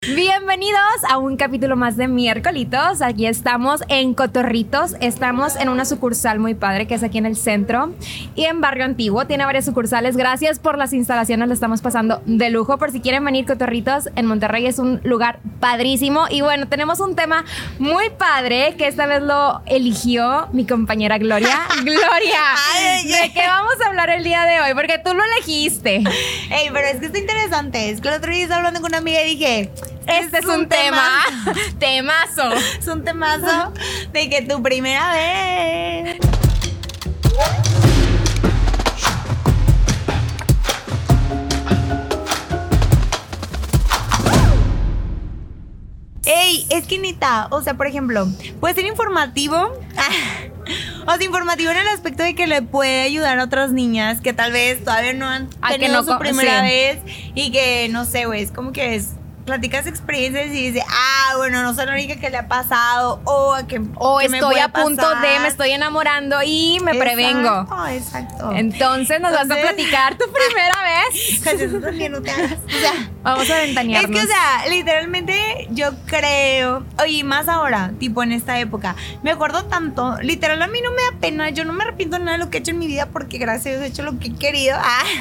Bienvenidos a un capítulo más de Miércolitos. Aquí estamos en Cotorritos. Estamos en una sucursal muy padre que es aquí en el centro y en Barrio Antiguo. Tiene varias sucursales. Gracias por las instalaciones. Lo estamos pasando de lujo. Por si quieren venir, Cotorritos en Monterrey es un lugar padrísimo. Y bueno, tenemos un tema muy padre que esta vez lo eligió mi compañera Gloria. Gloria, ¿de qué vamos a hablar el día de hoy? Porque tú lo elegiste. Ey, pero es que está interesante. Es que el otro día estaba hablando con una amiga y dije... Este es un tema. Temazo. Es un temazo de que tu primera vez. Ey, es que neta, o sea, por ejemplo, puede ser informativo. O sea, informativo en el aspecto de que le puede ayudar a otras niñas que tal vez todavía no han tenido su primera vez y que, no sé, güey, es como que platicas experiencias y dices, bueno, no soy la única que le ha pasado o que estoy a punto de, me estoy enamorando y me prevengo. Exacto. Entonces nos vas a platicar tu primera vez. Eso también no te hagas. O sea, vamos a ventanearnos. Es que, o sea, literalmente yo creo, oye, más ahora, tipo en esta época, me acuerdo tanto, literal a mí no me da pena, yo no me arrepiento de nada de lo que he hecho en mi vida porque gracias a Dios he hecho lo que he querido.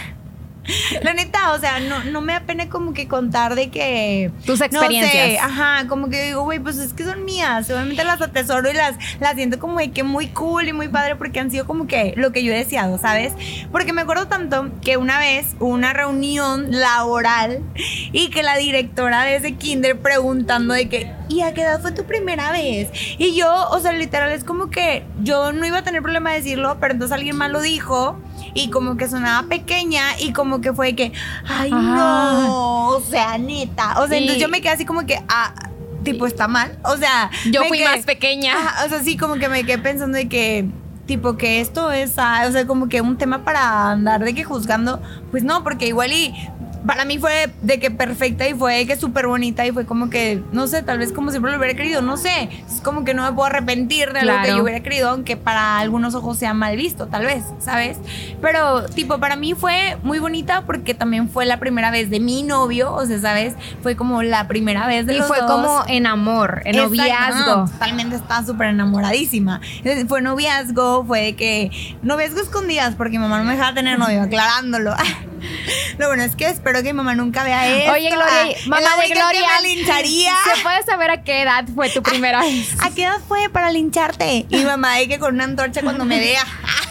La neta, o sea, no me da pena como que contar de que... Tus experiencias. No sé, como que digo, güey, pues es que son mías. Obviamente las atesoro y las siento como de que muy cool y muy padre porque han sido como que lo que yo he deseado, ¿sabes? Porque me acuerdo tanto que una vez hubo una reunión laboral y que la directora de ese kinder preguntando de que, ¿y a qué edad fue tu primera vez? Y yo, o sea, literal es como que yo no iba a tener problema de decirlo, pero entonces alguien más lo dijo y como que sonaba pequeña y como que fue que, ay, no, o sea, neta. O sea, entonces yo me quedé así como que, tipo, está mal. O sea, yo fui más pequeña. O sea, sí, como que me quedé pensando de que, tipo, que esto es, o sea, como que un tema para andar de que juzgando. Pues no, porque igual y... Para mí fue de que perfecta y fue de que súper bonita y fue como que, no sé, tal vez como siempre lo hubiera querido, no sé. Es como que no me puedo arrepentir de lo que yo hubiera querido, aunque para algunos ojos sea mal visto, tal vez, ¿sabes? Pero, tipo, para mí fue muy bonita porque también fue la primera vez de mi novio, o sea, ¿sabes? Fue como la primera vez de los dos. Y fue como en amor, en noviazgo. No, totalmente estaba súper enamoradísima. Entonces, fue noviazgo, fue de que noviazgo escondidas porque mi mamá no me dejaba tener novio, aclarándolo. Lo bueno es que espero que mi mamá nunca vea esto. Oye, Gloria, mamá de Gloria, que me lincharía. ¿Se puede saber a qué edad fue tu primera vez? ¿A qué edad fue para lincharte? Y mi mamá de que con una antorcha cuando me vea.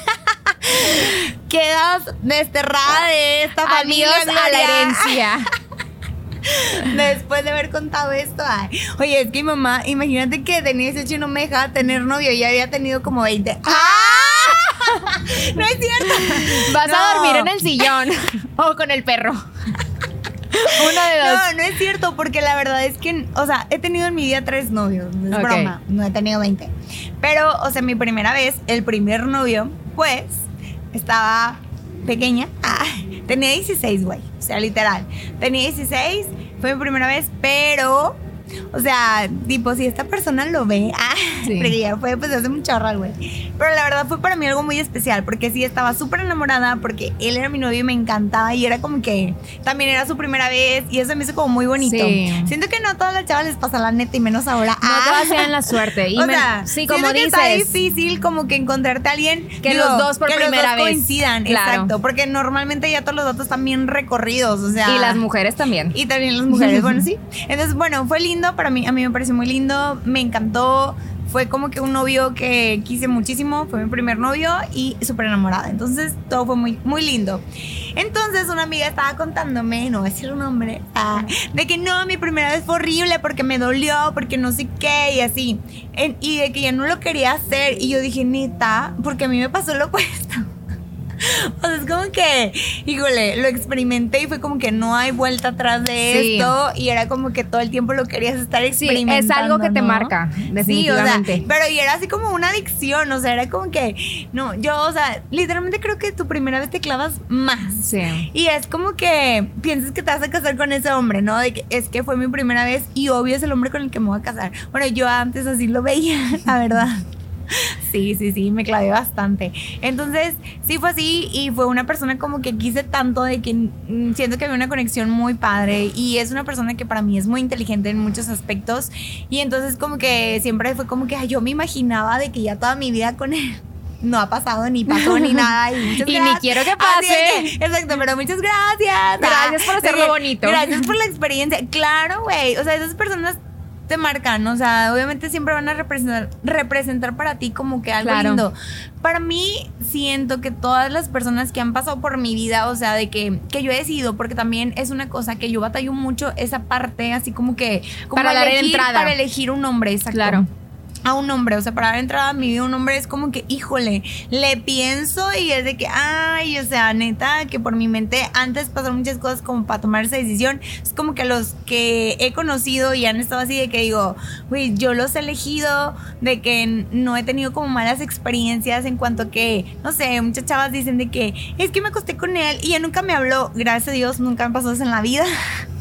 Quedas desterrada de esta familia. Adiós a la herencia. Después de haber contado esto, oye, es que mi mamá, imagínate que tenía 18 y no me dejaba tener novio y ya había tenido como 20. No es cierto. Vas a dormir en el sillón o con el perro. Uno de dos. No es cierto, porque la verdad es que, o sea, he tenido en mi vida 3 novios. No es broma, no he tenido 20. Pero, o sea, mi primera vez, el primer novio, pues, estaba pequeña. Tenía 16, güey. O sea, literal. Tenía 16, fue mi primera vez, pero... O sea, tipo, si esta persona lo ve, porque ya fue pues hace mucho chorral, güey. Pero la verdad fue para mí algo muy especial, porque sí estaba súper enamorada, porque él era mi novio y me encantaba, y era como que también era su primera vez, y eso me hizo como muy bonito. Sí. Siento que no a todas las chavas les pasa la neta, y menos ahora. No todas tienen la suerte. Y o sea, sí, como dices, está difícil como que encontrarte a alguien que los dos por primera vez coincidan, claro. Exacto, porque normalmente ya todos los datos están bien recorridos, o sea. Y las mujeres también. Y también las mujeres, bueno, sí. Entonces, bueno, fue lindo para mí, a mí me pareció muy lindo, me encantó. Fue como que un novio que quise muchísimo, fue mi primer novio y súper enamorada. Entonces todo fue muy, muy lindo. Entonces una amiga estaba contándome, no voy a decir un nombre, de que no, mi primera vez fue horrible porque me dolió, porque no sé qué y así. Y de que ya no lo quería hacer. Y yo dije, neta, porque a mí me pasó lo opuesto. O sea, es como que, híjole, lo experimenté y fue como que no hay vuelta atrás de esto. Y era como que todo el tiempo lo querías estar experimentando. Sí, es algo que te marca, definitivamente. Sí, o sea, pero y era así como una adicción, o sea, era como que, no, yo, o sea, literalmente creo que tu primera vez te clavas más. Sí. Y es como que piensas que te vas a casar con ese hombre, ¿no? De que es que fue mi primera vez y obvio es el hombre con el que me voy a casar. Bueno, yo antes así lo veía, la verdad. Sí, me clavé bastante. Entonces, sí fue así y fue una persona como que quise tanto de que siento que había una conexión muy padre y es una persona que para mí es muy inteligente en muchos aspectos y entonces como que siempre fue como que ay, yo me imaginaba de que ya toda mi vida con él no ha pasado, ni pasó, ni nada. Y ni quiero que pase. Exacto, pero muchas gracias. Gracias por hacerlo bonito. Gracias por la experiencia. Claro, güey. O sea, esas personas te marcan, o sea, obviamente siempre van a representar para ti como que algo lindo. Para mí, siento que todas las personas que han pasado por mi vida, o sea, de que yo he decidido, porque también es una cosa que yo batallo mucho, esa parte, así como que... Como para dar entrada. Para elegir un hombre, exacto. Claro. A un hombre, o sea, para dar entrada a mi vida un hombre es como que, híjole, le pienso y es de que, ay, o sea, neta, que por mi mente antes pasaron muchas cosas como para tomar esa decisión. Es como que los que he conocido y han estado así de que digo, güey, yo los he elegido, de que no he tenido como malas experiencias en cuanto a que, no sé, muchas chavas dicen de que es que me acosté con él y ya nunca me habló. Gracias a Dios, nunca me pasó eso en la vida.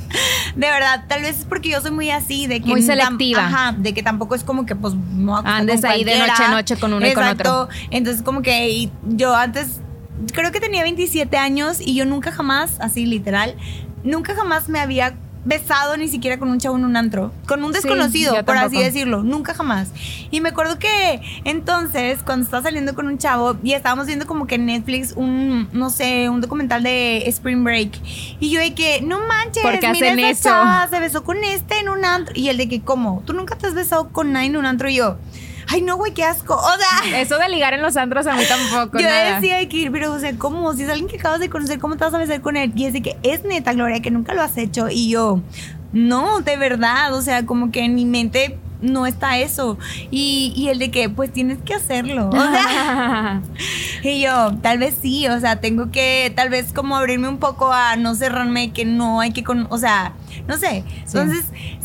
De verdad, tal vez es porque yo soy muy así, de que muy selectiva. Ajá, de que tampoco es como que pues no andes ahí de noche a noche con uno y con otro. Entonces como que yo antes creo que tenía 27 años y yo nunca jamás, así literal, nunca jamás me había besado ni siquiera con un chavo en un antro, con un desconocido, por así decirlo, nunca jamás. Y me acuerdo que entonces cuando estaba saliendo con un chavo y estábamos viendo como que en Netflix un documental de Spring Break y yo de que no manches, mira esa chava se besó con este en un antro y él de que ¿cómo? ¿Tú nunca te has besado con nadie en un antro? Y yo, ay, no, güey, qué asco. O sea, eso de ligar en los antros a mí tampoco. Yo nada. decía que, pero, o sea, ¿cómo? Si es alguien que acabas de conocer, ¿cómo te vas a besar con él? Y es de que es neta, Gloria, que nunca lo has hecho. Y yo, no, de verdad. O sea, como que en mi mente no está eso. Y el de que, pues tienes que hacerlo. O sea, y yo, tal vez sí. O sea, tengo que, tal vez como abrirme un poco a no cerrarme, que no hay que, o sea, no sé. Sí. Entonces,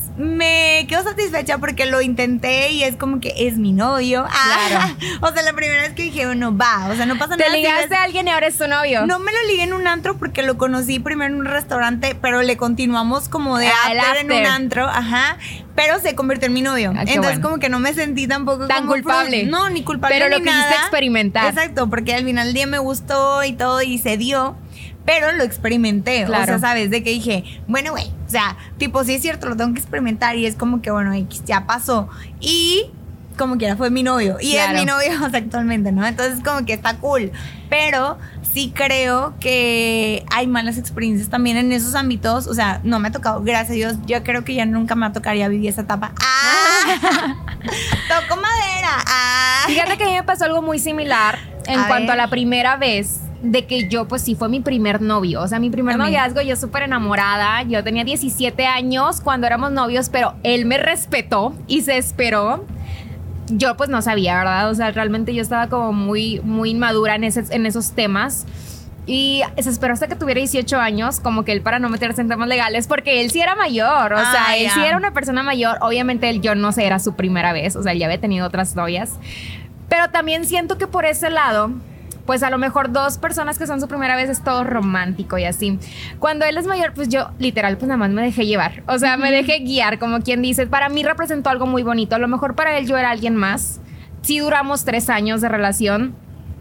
me quedo satisfecha porque lo intenté y es como que es mi novio. Claro. O sea, la primera vez que dije, bueno, va, o sea, no pasa nada. ¿Te ligaste a alguien y ahora es tu novio? No me lo ligué en un antro porque lo conocí primero en un restaurante, pero le continuamos como de after en un antro, ajá, pero se convirtió en mi novio. Entonces bueno, como que no me sentí tampoco tan como culpable. No, ni culpable pero ni lo quisiste experimentar. Exacto, porque al final del día me gustó y todo y se dio. Pero lo experimenté, claro. O sea, ¿sabes? De que dije, bueno, güey, o sea, tipo, sí es cierto, lo tengo que experimentar y es como que, bueno, ya pasó. Y como quiera fue mi novio. Y claro, es mi novio, o sea, actualmente, ¿no? Entonces como que está cool. Pero sí creo que hay malas experiencias también en esos ámbitos. O sea, no me ha tocado, gracias a Dios. Yo creo que ya nunca me tocaría vivir esa etapa. ¡Ah! ¡Toco madera! ¡Ah! Fíjate que a mí me pasó algo muy similar en cuanto a la primera vez. De que yo, pues sí, fue mi primer novio. O sea, mi primer noviazgo, yo súper enamorada. Yo tenía 17 años cuando éramos novios, pero él me respetó y se esperó. Yo, pues no sabía, ¿verdad? O sea, realmente yo estaba como muy, muy inmadura en esos temas. Y se esperó hasta que tuviera 18 años, como que él para no meterse en temas legales, porque él sí era mayor. O sea, él sí era una persona mayor. Obviamente, yo no sé, era su primera vez. O sea, él ya había tenido otras novias. Pero también siento que por ese lado, pues a lo mejor dos personas que son su primera vez es todo romántico y así. Cuando él es mayor, pues yo literal pues nada más me dejé llevar. O sea, me dejé guiar, como quien dice. Para mí representó algo muy bonito. A lo mejor para él yo era alguien más. Sí duramos 3 años de relación.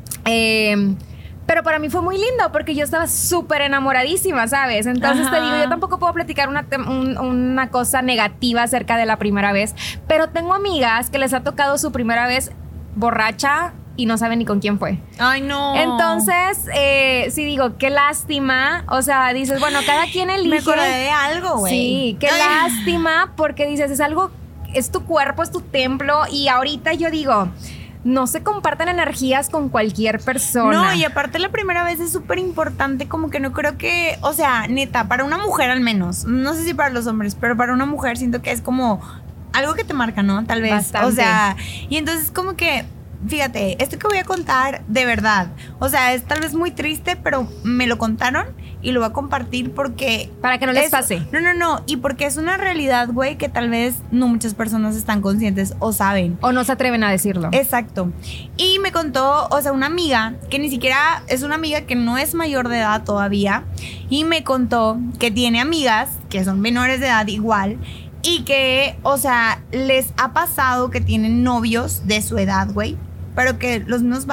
Pero para mí fue muy lindo porque yo estaba súper enamoradísima, ¿sabes? Entonces te digo, yo tampoco puedo platicar una cosa negativa acerca de la primera vez. Pero tengo amigas que les ha tocado su primera vez borracha y no saben ni con quién fue. Ay, no. Entonces, sí digo, qué lástima. O sea, dices, bueno, cada quien elige. Me acordé de algo, güey. Sí, qué lástima, porque dices, es algo, es tu cuerpo, es tu templo. Y ahorita yo digo, no se comparten energías con cualquier persona. No, y aparte la primera vez es súper importante, como que no creo que, o sea, neta, para una mujer al menos, no sé si para los hombres, pero para una mujer siento que es como algo que te marca, ¿no? Tal vez. Bastante. O sea, y entonces como que, fíjate, esto que voy a contar, de verdad, o sea, es tal vez muy triste, pero me lo contaron y lo voy a compartir porque... Para que no les pase. No, y porque es una realidad, güey, que tal vez no muchas personas están conscientes o saben. O no se atreven a decirlo. Exacto. Y me contó, o sea, una amiga, que ni siquiera es una amiga que no es mayor de edad todavía, y me contó que tiene amigas que son menores de edad igual, y que, o sea, les ha pasado que tienen novios de su edad, güey, pero que los mismos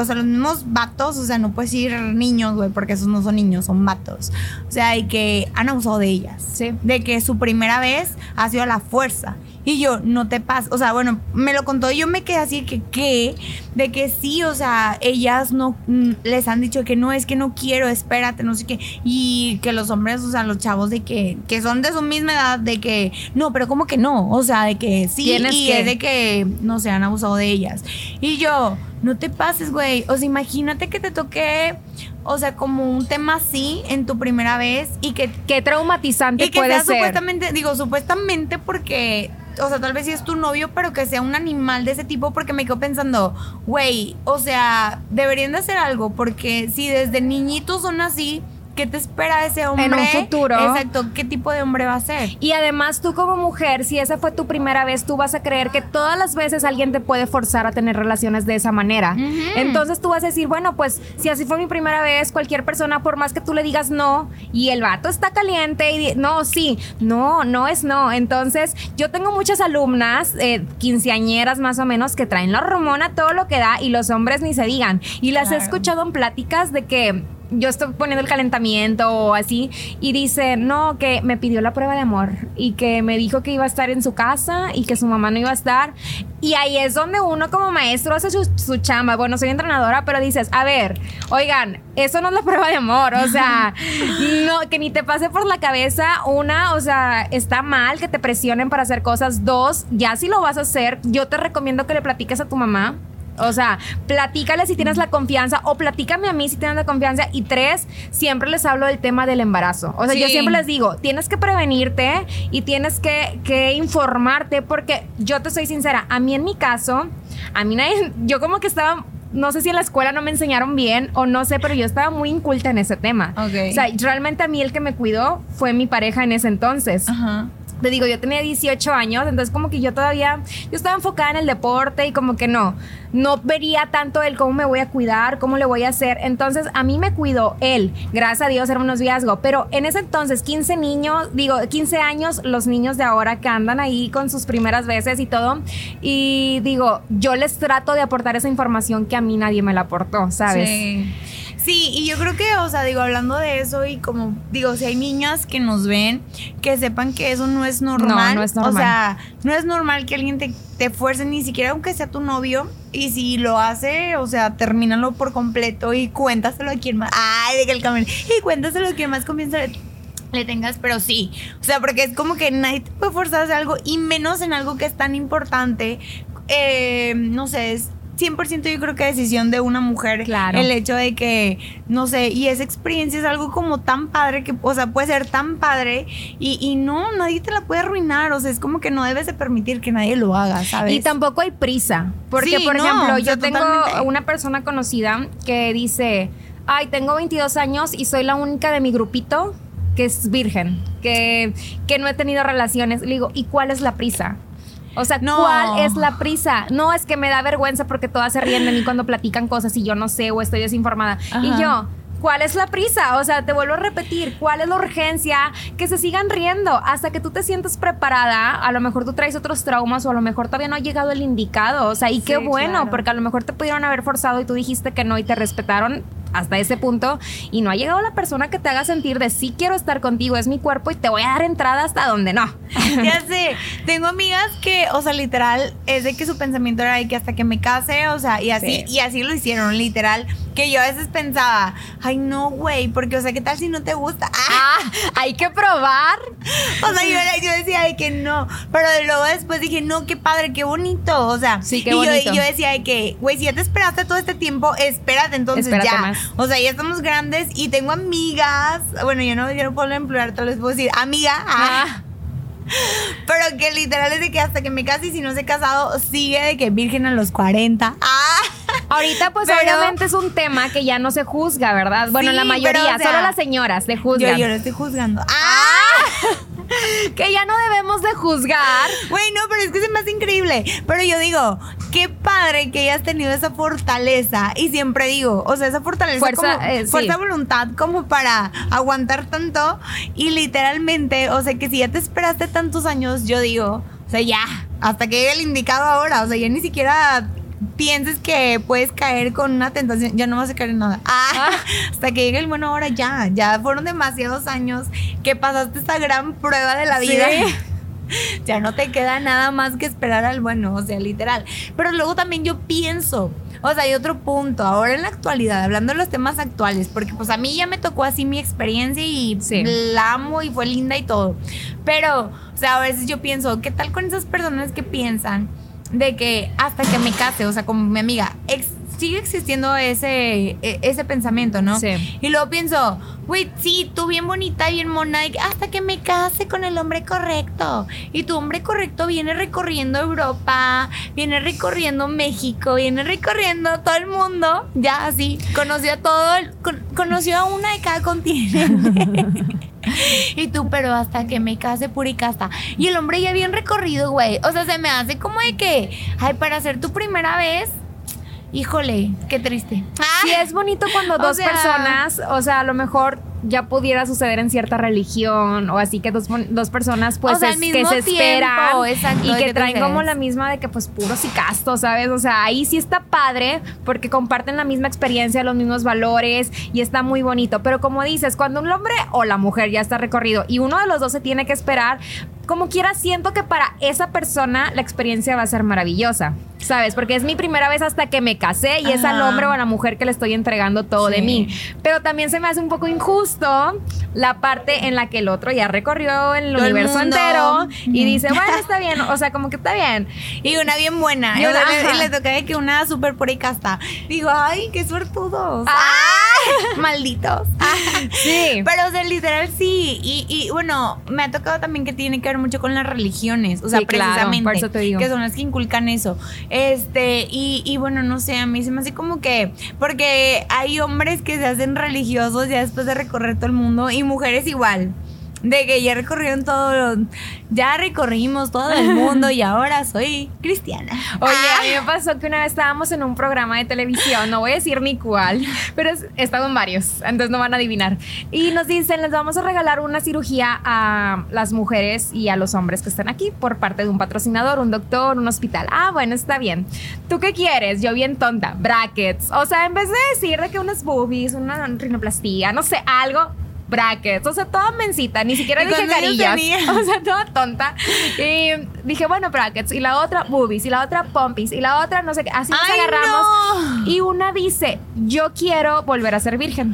vatos, o sea, no puedes decir niños, güey, porque esos no son niños, son vatos. O sea, y que han abusado de ellas. Sí. De que su primera vez ha sido a la fuerza. Y yo, no te pasa, o sea, bueno, me lo contó y yo me quedé así que, ¿qué? De que sí, o sea, ellas no, les han dicho que no, es que no quiero, espérate, no sé qué. Y que los hombres, o sea, los chavos de que son de su misma edad, de que, no, pero ¿cómo que no? O sea, de que sí, y es de que, no sé, han abusado de ellas. Y yo, no te pases, güey, o sea, imagínate que te toque... O sea, como un tema así en tu primera vez y que... Qué traumatizante y que puede sea ser. Supuestamente porque... O sea, tal vez sí es tu novio, pero que sea un animal de ese tipo, porque me quedo pensando, güey, o sea, deberían de hacer algo, porque si desde niñitos son así... ¿Qué te espera ese hombre? En un futuro. Exacto, ¿qué tipo de hombre va a ser? Y además tú como mujer, si esa fue tu primera vez, tú vas a creer que todas las veces alguien te puede forzar a tener relaciones de esa manera. Entonces tú vas a decir, bueno, pues si así fue mi primera vez, cualquier persona, por más que tú le digas no, y el vato está caliente y no, sí, no es no. Entonces yo tengo muchas alumnas, quinceañeras más o menos, que traen la hormona todo lo que da y los hombres ni se digan. Y las he escuchado en pláticas de que yo estoy poniendo el calentamiento o así y dice, no, que me pidió la prueba de amor y que me dijo que iba a estar en su casa y que su mamá no iba a estar. Y ahí es donde uno como maestro hace su chamba. Bueno, soy entrenadora, pero dices, a ver, oigan, eso no es la prueba de amor, o sea, no, que ni te pase por la cabeza. Una, o sea, está mal que te presionen para hacer cosas. Dos, ya si lo vas a hacer, yo te recomiendo que le platiques a tu mamá. O sea, platícale si tienes la confianza o platícame a mí si tienes la confianza. Y tres, siempre les hablo del tema del embarazo. O sea, yo siempre les digo, tienes que prevenirte y tienes que informarte, porque yo te soy sincera, a mí en mi caso, a mí nadie, yo como que estaba... No sé si en la escuela no me enseñaron bien o no sé, pero yo estaba muy inculta en ese tema. O sea, realmente a mí el que me cuidó fue mi pareja en ese entonces. Ajá. Te digo, yo tenía 18 años, entonces como que yo estaba enfocada en el deporte y como que no vería tanto el cómo me voy a cuidar, cómo le voy a hacer. Entonces a mí me cuidó él, gracias a Dios era un noviazgo, pero en ese entonces 15 años, los niños de ahora que andan ahí con sus primeras veces y todo, y digo, yo les trato de aportar esa información que a mí nadie me la aportó, ¿sabes? Sí, y yo creo que, o sea, digo, hablando de eso y como, digo, si hay niñas que nos ven, que sepan que eso no es normal. No es normal. O sea, no es normal que alguien te fuerce, ni siquiera aunque sea tu novio, y si lo hace, o sea, termínalo por completo y cuéntaselo a quien más. Ay, de que el camino. Y cuéntaselo a quien más confianza le tengas, pero sí. O sea, porque es como que nadie te puede forzar a hacer algo, y menos en algo que es tan importante. No sé, es 100% yo creo que decisión de una mujer. Claro. El hecho de que, no sé, y esa experiencia es algo como tan padre que, o sea, puede ser tan padre y no, nadie te la puede arruinar. O sea, es como que no debes de permitir que nadie lo haga, ¿sabes? Y tampoco hay prisa. Porque, por ejemplo, yo tengo una persona conocida que dice, ay, tengo 22 años y soy la única de mi grupito que es virgen, que no he tenido relaciones. Le digo, ¿y cuál es la prisa? O sea, ¿cuál es la prisa? No, es que me da vergüenza porque todas se ríen de mí cuando platican cosas y yo no sé o estoy desinformada. Ajá. Y yo, ¿cuál es la prisa? O sea, te vuelvo a repetir, ¿cuál es la urgencia? Que se sigan riendo hasta que tú te sientas preparada. A lo mejor tú traes otros traumas o a lo mejor todavía no ha llegado el indicado. O sea, y qué bueno, claro. Porque a lo mejor te pudieron haber forzado y tú dijiste que no y te respetaron hasta ese punto y no ha llegado la persona que te haga sentir de sí quiero estar contigo, es mi cuerpo y te voy a dar entrada hasta donde no. Ya sé, tengo amigas que, o sea, literal, es de que su pensamiento era de que hasta que me case, o sea, y así, y así lo hicieron, literal, que yo a veces pensaba, ay no, güey, porque, o sea, ¿qué tal si no te gusta? Hay que probar. O sea, yo decía de que no, pero luego después dije, no, qué padre, qué bonito, o sea, sí, qué bonito. Y yo decía de que, güey, si ya te esperaste todo este tiempo, espérate ya. Más. O sea, ya estamos grandes y tengo amigas, bueno, yo no puedo emplear, tal vez puedo decir amiga, pero que literal es de que hasta que me case y si no se ha casado, sigue de que virgen a los 40. Ahorita pues obviamente es un tema que ya no se juzga, ¿verdad? Bueno, sí, la mayoría, pero, o sea, solo las señoras se juzgan. Yo lo estoy juzgando. Que ya no debemos de juzgar. Güey, no, pero es que es más increíble. Pero yo digo, qué padre que hayas tenido esa fortaleza. Y siempre digo, o sea, esa fortaleza fuerza de voluntad como para aguantar tanto. Y literalmente, o sea, que si ya te esperaste tantos años, yo digo, o sea, ya, hasta que llegue el indicado ahora. O sea, ya ni siquiera pienses que puedes caer con una tentación, ya no vas a caer en nada. Hasta que llegue el bueno, ahora ya fueron demasiados años que pasaste esta gran prueba de la vida. Sí. Ya no te queda nada más que esperar al bueno, o sea, literal. Pero luego también yo pienso, o sea, hay otro punto, ahora en la actualidad, hablando de los temas actuales, porque pues a mí ya me tocó así mi experiencia y la amo y fue linda y todo. Pero, o sea, a veces yo pienso, ¿qué tal con esas personas que piensan de que hasta que me case, o sea, como mi amiga, sigue existiendo ese pensamiento, ¿no? Sí. Y luego pienso, güey, sí, tú bien bonita, bien mona, hasta que me case con el hombre correcto. Y tu hombre correcto viene recorriendo Europa, viene recorriendo México, viene recorriendo todo el mundo, ya así, conoció a una de cada continente. Y tú, pero hasta que me case pura y casta. Y el hombre ya bien recorrido, güey. O sea, se me hace como de que, ay, para hacer tu primera vez, híjole, qué triste. Sí, es bonito cuando dos personas, o sea, a lo mejor ya pudiera suceder en cierta religión o así que dos personas pues o sea, que se esperan exacto, y que traen como la misma de que pues puros y castos, ¿sabes? O sea, ahí sí está padre porque comparten la misma experiencia, los mismos valores y está muy bonito, pero como dices, cuando un hombre o la mujer ya está recorrido y uno de los dos se tiene que esperar, como quiera siento que para esa persona la experiencia va a ser maravillosa, ¿sabes? Porque es mi primera vez hasta que me casé y es al hombre o a la mujer que le estoy entregando todo de mí, pero también se me hace un poco injusto la parte en la que el otro ya recorrió el universo entero y dice, bueno, está bien, o sea, como que está bien. Y una bien buena. Y le toca de que una súper pura y casta. Digo, ay, qué suertudos. Malditos. Sí. Pero, o sea, literal, sí. Y bueno, me ha tocado también que tiene que ver mucho con las religiones. O sea, sí, precisamente. Claro, por eso te digo. Que son las que inculcan eso. Y bueno, no sé, a mí se me hace como que, porque hay hombres que se hacen religiosos ya después de recorrer todo el mundo y mujeres igual. De que ya recorrieron ya recorrimos todo el mundo y ahora soy cristiana. Oye, a mí me pasó que una vez estábamos en un programa de televisión, no voy a decir ni cuál, pero he estado en varios, entonces no van a adivinar. Y nos dicen, les vamos a regalar una cirugía a las mujeres y a los hombres que están aquí por parte de un patrocinador, un doctor, un hospital. Bueno, está bien. ¿Tú qué quieres? Yo bien tonta, brackets. O sea, en vez de decir de que unas boobies, una rinoplastía, no sé, algo, brackets, o sea, toda mencita, ni siquiera dije carillas, o sea, toda tonta. Y dije, bueno, brackets, y la otra boobies, y la otra pompies, y la otra no sé qué, así nos agarramos. No. Y una dice, yo quiero volver a ser virgen.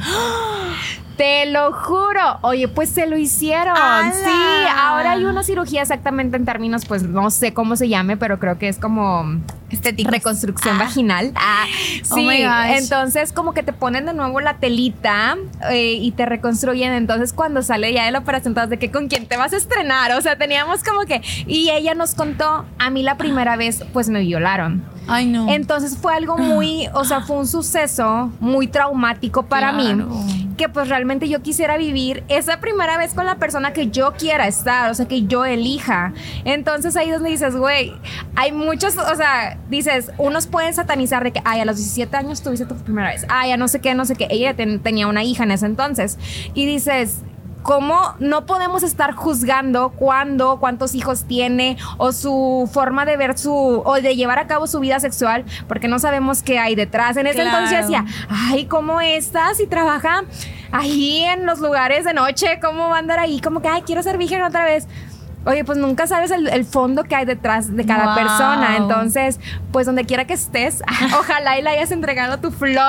Te lo juro. Oye, pues se lo hicieron. ¡Hala! Sí, ahora hay una cirugía exactamente en términos, pues no sé cómo se llame, pero creo que es como estética, reconstrucción vaginal. Sí, entonces como que te ponen de nuevo la telita y te reconstruyen. Entonces cuando sale ya de la operación, entonces de que con quién te vas a estrenar. O sea, teníamos como que, y ella nos contó, a mí la primera vez pues me violaron. Ay, no. Entonces fue algo muy, o sea, fue un suceso muy traumático para mí, que pues realmente yo quisiera vivir esa primera vez con la persona que yo quiera estar, o sea, que yo elija. Entonces ahí es donde dices, güey, hay muchos, o sea, dices, unos pueden satanizar de que, a los 17 años tuviste tu primera vez, ya no sé qué, ella tenía una hija en ese entonces, y dices, ¿cómo no podemos estar juzgando cuántos hijos tiene o su forma de ver o de llevar a cabo su vida sexual? Porque no sabemos qué hay detrás. En ese entonces yo decía, ¿cómo estás? Y trabaja ahí en los lugares de noche, ¿cómo va a andar ahí? Como que, quiero ser virgen otra vez. Oye, pues nunca sabes el fondo que hay detrás de cada persona. Entonces, pues donde quiera que estés, ojalá y le hayas entregado tu flor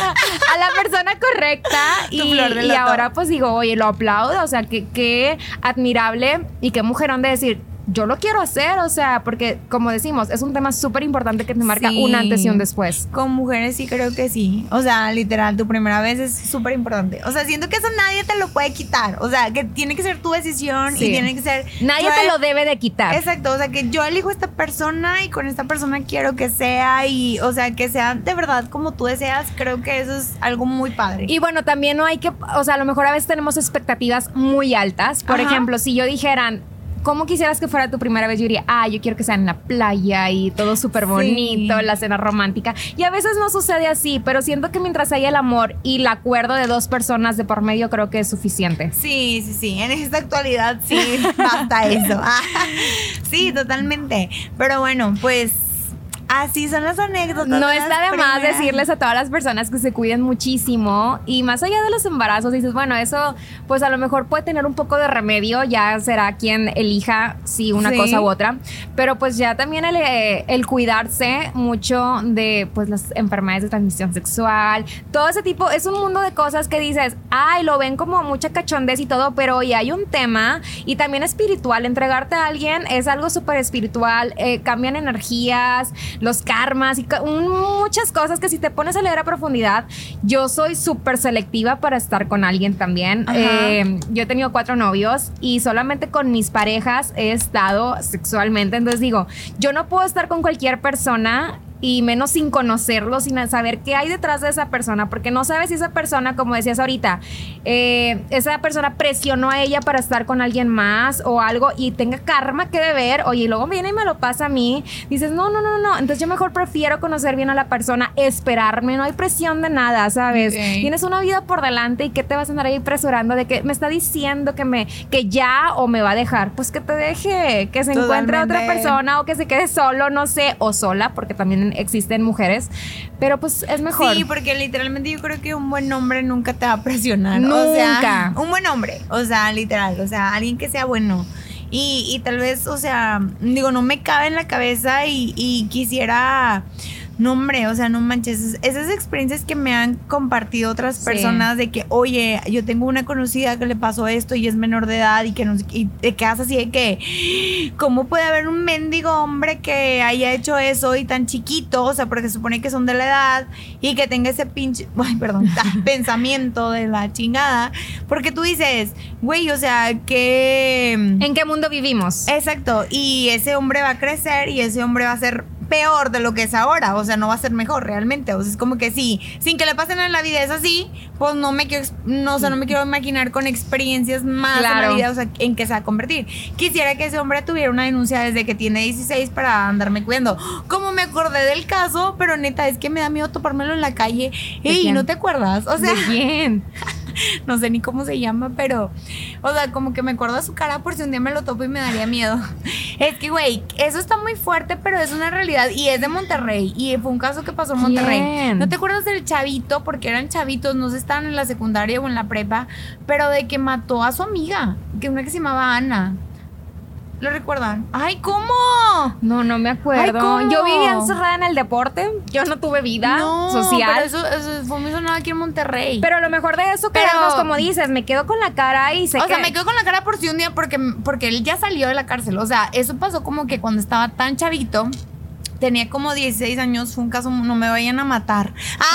a la persona correcta. Y ahora pues digo, oye, lo aplaudo. O sea, qué admirable y qué mujerón de decir, yo lo quiero hacer, o sea, porque como decimos, es un tema súper importante que te marca un antes y un después. Con mujeres sí creo que sí. O sea, literal, tu primera vez es súper importante. O sea, siento que eso nadie te lo puede quitar. O sea, que tiene que ser tu decisión y tiene que ser... Nadie te lo debe de quitar. Exacto, o sea, que yo elijo esta persona y con esta persona quiero que sea y, o sea, que sea de verdad como tú deseas. Creo que eso es algo muy padre. Y bueno, también no hay que... O sea, a lo mejor a veces tenemos expectativas muy altas. Por ejemplo, si yo dijeran... ¿Cómo quisieras que fuera tu primera vez? Yo diría, yo quiero que sea en la playa y todo súper bonito, la cena romántica. Y a veces no sucede así, pero siento que mientras haya el amor y el acuerdo de dos personas de por medio, creo que es suficiente. Sí. En esta actualidad sí, basta eso. Sí, totalmente. Pero bueno, pues Así son las anécdotas. No de está las de más primeras. decirles a todas las personas que se cuiden muchísimo y más allá de los embarazos, dices, bueno, eso pues a lo mejor puede tener un poco de remedio, ya será quien elija si una Sí. cosa u otra, pero pues ya también el cuidarse mucho de pues las enfermedades de transmisión sexual, todo ese tipo, es un mundo de cosas que dices, ay, lo ven como mucha cachondez y todo, pero hoy hay un tema y también espiritual, entregarte a alguien es algo súper espiritual, cambian energías, los karmas y muchas cosas que si te pones a leer a profundidad, yo soy súper selectiva para estar con alguien también. Yo he tenido 4 novios y solamente con mis parejas he estado sexualmente, entonces digo, yo no puedo estar con cualquier persona y menos sin conocerlo, sin saber qué hay detrás de esa persona, porque no sabes si esa persona, como decías ahorita, esa persona presionó a ella para estar con alguien más o algo y tenga karma que deber, oye, y luego viene y me lo pasa a mí, dices, no, entonces yo mejor prefiero conocer bien a la persona, esperarme, no hay presión de nada, ¿sabes? Okay. Tienes una vida por delante y ¿qué te vas a andar ahí presurando de que me está diciendo que ya o me va a dejar? Pues que te deje, que se encuentre otra persona o que se quede solo, no sé, o sola, porque también existen mujeres, pero pues es mejor. Sí, porque literalmente yo creo que un buen hombre nunca te va a presionar. Nunca. O sea, un buen hombre, o sea, literal, o sea, alguien que sea bueno. Y tal vez, o sea, digo, no me cabe en la cabeza y quisiera... No, hombre, o sea, no manches. Esas experiencias que me han compartido otras personas de que, oye, yo tengo una conocida que le pasó esto y es menor de edad y que no, y te quedas así de que, ¿cómo puede haber un mendigo hombre que haya hecho eso y tan chiquito? O sea, porque se supone que son de la edad y que tenga ese pensamiento de la chingada. Porque tú dices, güey, o sea, que... ¿En qué mundo vivimos? Exacto. Y ese hombre va a crecer y ese hombre va a ser peor de lo que es ahora, o sea, no va a ser mejor realmente, o sea, es como que sí, sin que le pasen en la vida es así, pues no me quiero imaginar con experiencias más en la vida, o sea, en qué se va a convertir. Quisiera que ese hombre tuviera una denuncia desde que tiene 16 para andarme cuidando. Como me acordé del caso, pero neta, es que me da miedo topármelo en la calle. Ey, ¿no te acuerdas? O sea, ¿de quién? No sé ni cómo se llama, pero, o sea, como que me acuerdo de su cara por si un día me lo topo y me daría miedo. Es que, güey, eso está muy fuerte, pero es una realidad y es de Monterrey y fue un caso que pasó en Monterrey. ¿Quién? ¿No te acuerdas del chavito? Porque eran chavitos, no sé si estaban en la secundaria o en la prepa, pero de que mató a su amiga, que una que se llamaba Ana. ¿Lo recuerdan? ¡Ay, cómo! No me acuerdo. Ay, ¿cómo? Yo vivía encerrada en el deporte. Yo no tuve vida social. Pero eso fue muy sonado aquí en Monterrey. Pero lo mejor de eso, quedarnos, como dices, me quedo con la cara y sé que... O sea, me quedo con la cara por si un día, porque él ya salió de la cárcel. O sea, eso pasó como que cuando estaba tan chavito, tenía como 16 años, fue un caso, no me vayan a matar.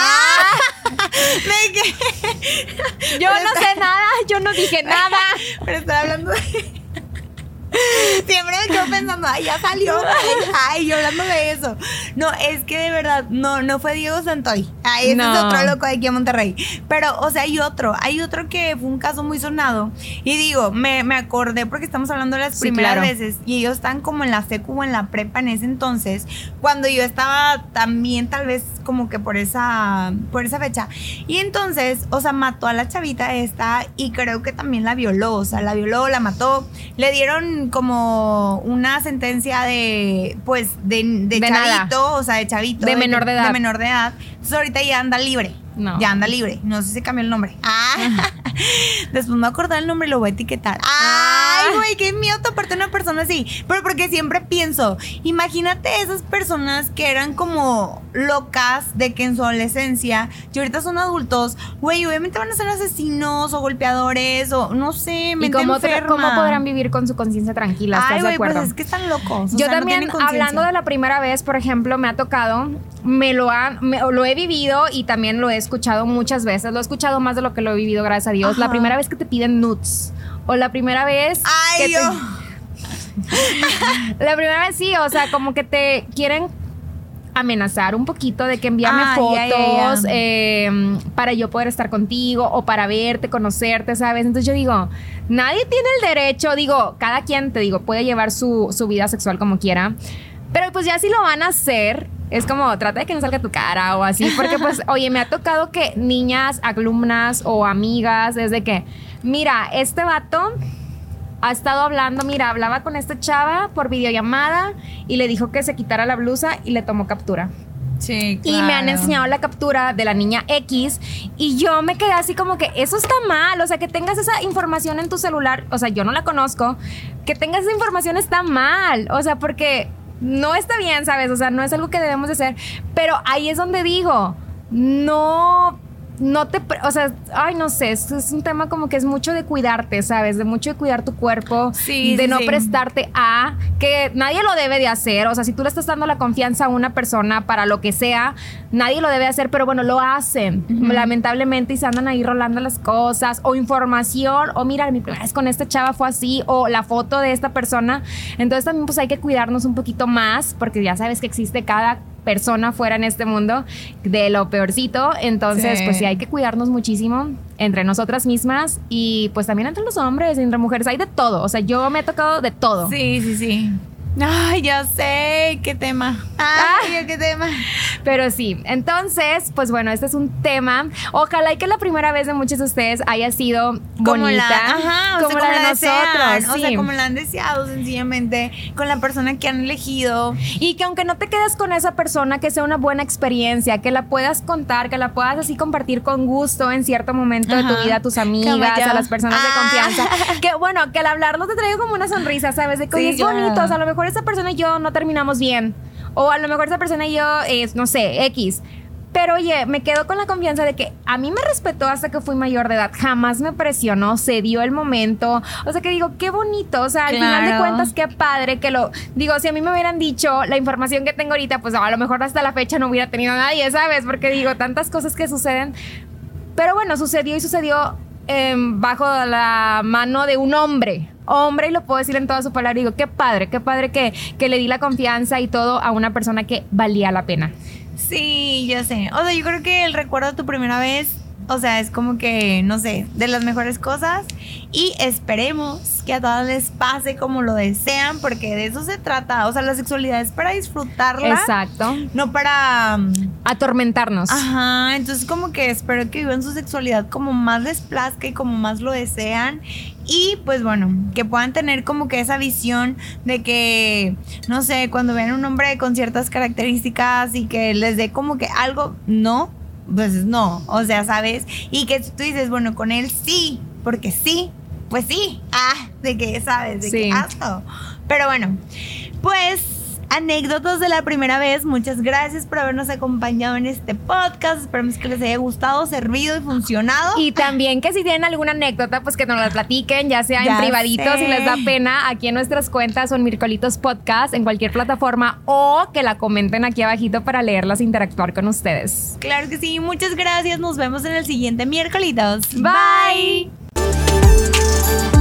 Yo no sé nada, yo no dije nada. Pero estaba hablando de... Siempre me quedo pensando, ay, ya salió. Ay, yo hablando de eso. No, es que de verdad, no fue Diego Santoy. Ay, ese es otro loco de aquí en Monterrey. Pero, o sea, hay otro que fue un caso muy sonado. Y digo, me acordé porque estamos hablando de las primeras veces. Y ellos están como en la secu o en la prepa en ese entonces. Cuando yo estaba también, tal vez, como que por esa fecha. Y entonces, o sea, mató a la chavita esta y creo que también la violó. O sea, la violó, la mató. Le dieron como una sentencia de chavito, nada. o sea, de chavito. De menor de edad. De menor de edad. Entonces ahorita ya anda libre. No. Ya anda libre. No sé si cambió el nombre. Después me voy a acordar el nombre y lo voy a etiquetar. Ay, güey, qué miedo toparte a una persona así. Pero porque siempre pienso, imagínate esas personas que eran como locas de que en su adolescencia y ahorita son adultos, güey, obviamente van a ser asesinos o golpeadores o no sé, mente enferma. ¿Cómo podrán vivir con su conciencia tranquila? ¿Estás de acuerdo? Pues es que están locos. Yo también, hablando de la primera vez, por ejemplo, me ha tocado, lo he vivido y también lo he escuchado muchas veces. Lo he escuchado más de lo que lo he vivido, gracias a Dios. Ajá. La primera vez que te piden nudes o la primera vez la primera vez sí, o sea, como que te quieren amenazar un poquito de que envíame fotos para yo poder estar contigo o para verte, conocerte, ¿sabes? Entonces yo digo, nadie tiene el derecho, digo, cada quien, te digo, puede llevar su vida sexual como quiera, pero pues ya si lo van a hacer, es como, trata de que no salga tu cara o así, porque pues, oye, me ha tocado que niñas, alumnas o amigas, desde que, mira, este vato ha estado hablando, mira, hablaba con esta chava por videollamada y le dijo que se quitara la blusa y le tomó captura. Sí, claro. Y me han enseñado la captura de la niña X y yo me quedé así como que eso está mal, o sea, que tengas esa información en tu celular, o sea, yo no la conozco, que tengas esa información está mal, o sea, porque no está bien, ¿sabes? O sea, no es algo que debemos de hacer, pero ahí es donde digo, no te, o sea, ay, no sé, es un tema como que es mucho de cuidarte, ¿sabes? De mucho de cuidar tu cuerpo, de no prestarte a, que nadie lo debe de hacer, o sea, si tú le estás dando la confianza a una persona para lo que sea, nadie lo debe hacer, pero bueno, lo hacen, lamentablemente, y se andan ahí rolando las cosas, o información, o mira, mi primera vez con esta chava fue así, o la foto de esta persona, entonces también pues hay que cuidarnos un poquito más, porque ya sabes que existe cada persona fuera en este mundo de lo peorcito, entonces pues sí hay que cuidarnos muchísimo entre nosotras mismas y pues también entre los hombres, entre mujeres, hay de todo, o sea, yo me he tocado de todo. Sí. Ay, ya sé, qué tema. Ay, qué tema. Pero sí, entonces, pues bueno, este es un tema. Ojalá y que la primera vez de muchos de ustedes haya sido como bonita. Como la de nosotros. Sí. O sea, como la han deseado, sencillamente, con la persona que han elegido. Y que aunque no te quedes con esa persona, que sea una buena experiencia, que la puedas contar, que la puedas así compartir con gusto en cierto momento de tu vida a tus amigas, a las personas de confianza. Que bueno, que al hablarlo te traiga como una sonrisa, ¿sabes? De que oye, es bonito, o sea, a lo mejor esa persona y yo no terminamos bien, o a lo mejor esa persona y yo es, no sé, X, pero oye, me quedo con la confianza de que a mí me respetó hasta que fui mayor de edad, jamás me presionó, se dio el momento, o sea que digo, qué bonito, o sea, al final de cuentas, qué padre que lo, digo, si a mí me hubieran dicho la información que tengo ahorita, pues a lo mejor hasta la fecha no hubiera tenido a nadie, ¿sabes? Porque digo, tantas cosas que suceden, pero bueno, sucedió bajo la mano de un hombre, y lo puedo decir en toda su palabra, digo, qué padre que le di la confianza y todo a una persona que valía la pena. Sí, yo sé, o sea, yo creo que el recuerdo de tu primera vez, o sea, es como que, no sé, de las mejores cosas y esperemos que a todas les pase como lo desean, porque de eso se trata, o sea, la sexualidad es para disfrutarla. Exacto. No para atormentarnos. Ajá, entonces como que espero que vivan su sexualidad como más les plazca y como más lo desean y pues bueno, que puedan tener como que esa visión de que, no sé, cuando vean un hombre con ciertas características y que les dé como que algo, no, pues no, o sea, ¿sabes? Y que tú dices, bueno, con él sí, porque sí, pues sí, de que, ¿sabes? De que asco. Pero bueno, pues anécdotas de la primera vez. Muchas gracias por habernos acompañado en este podcast. Esperamos que les haya gustado, servido y funcionado. Y también que si tienen alguna anécdota, pues que nos la platiquen, ya sea en privadito, si les da pena, aquí en nuestras cuentas o en Mircolitos Podcast, en cualquier plataforma, o que la comenten aquí abajito para leerlas e interactuar con ustedes. Claro que sí. Muchas gracias. Nos vemos en el siguiente Mircolitos. Bye.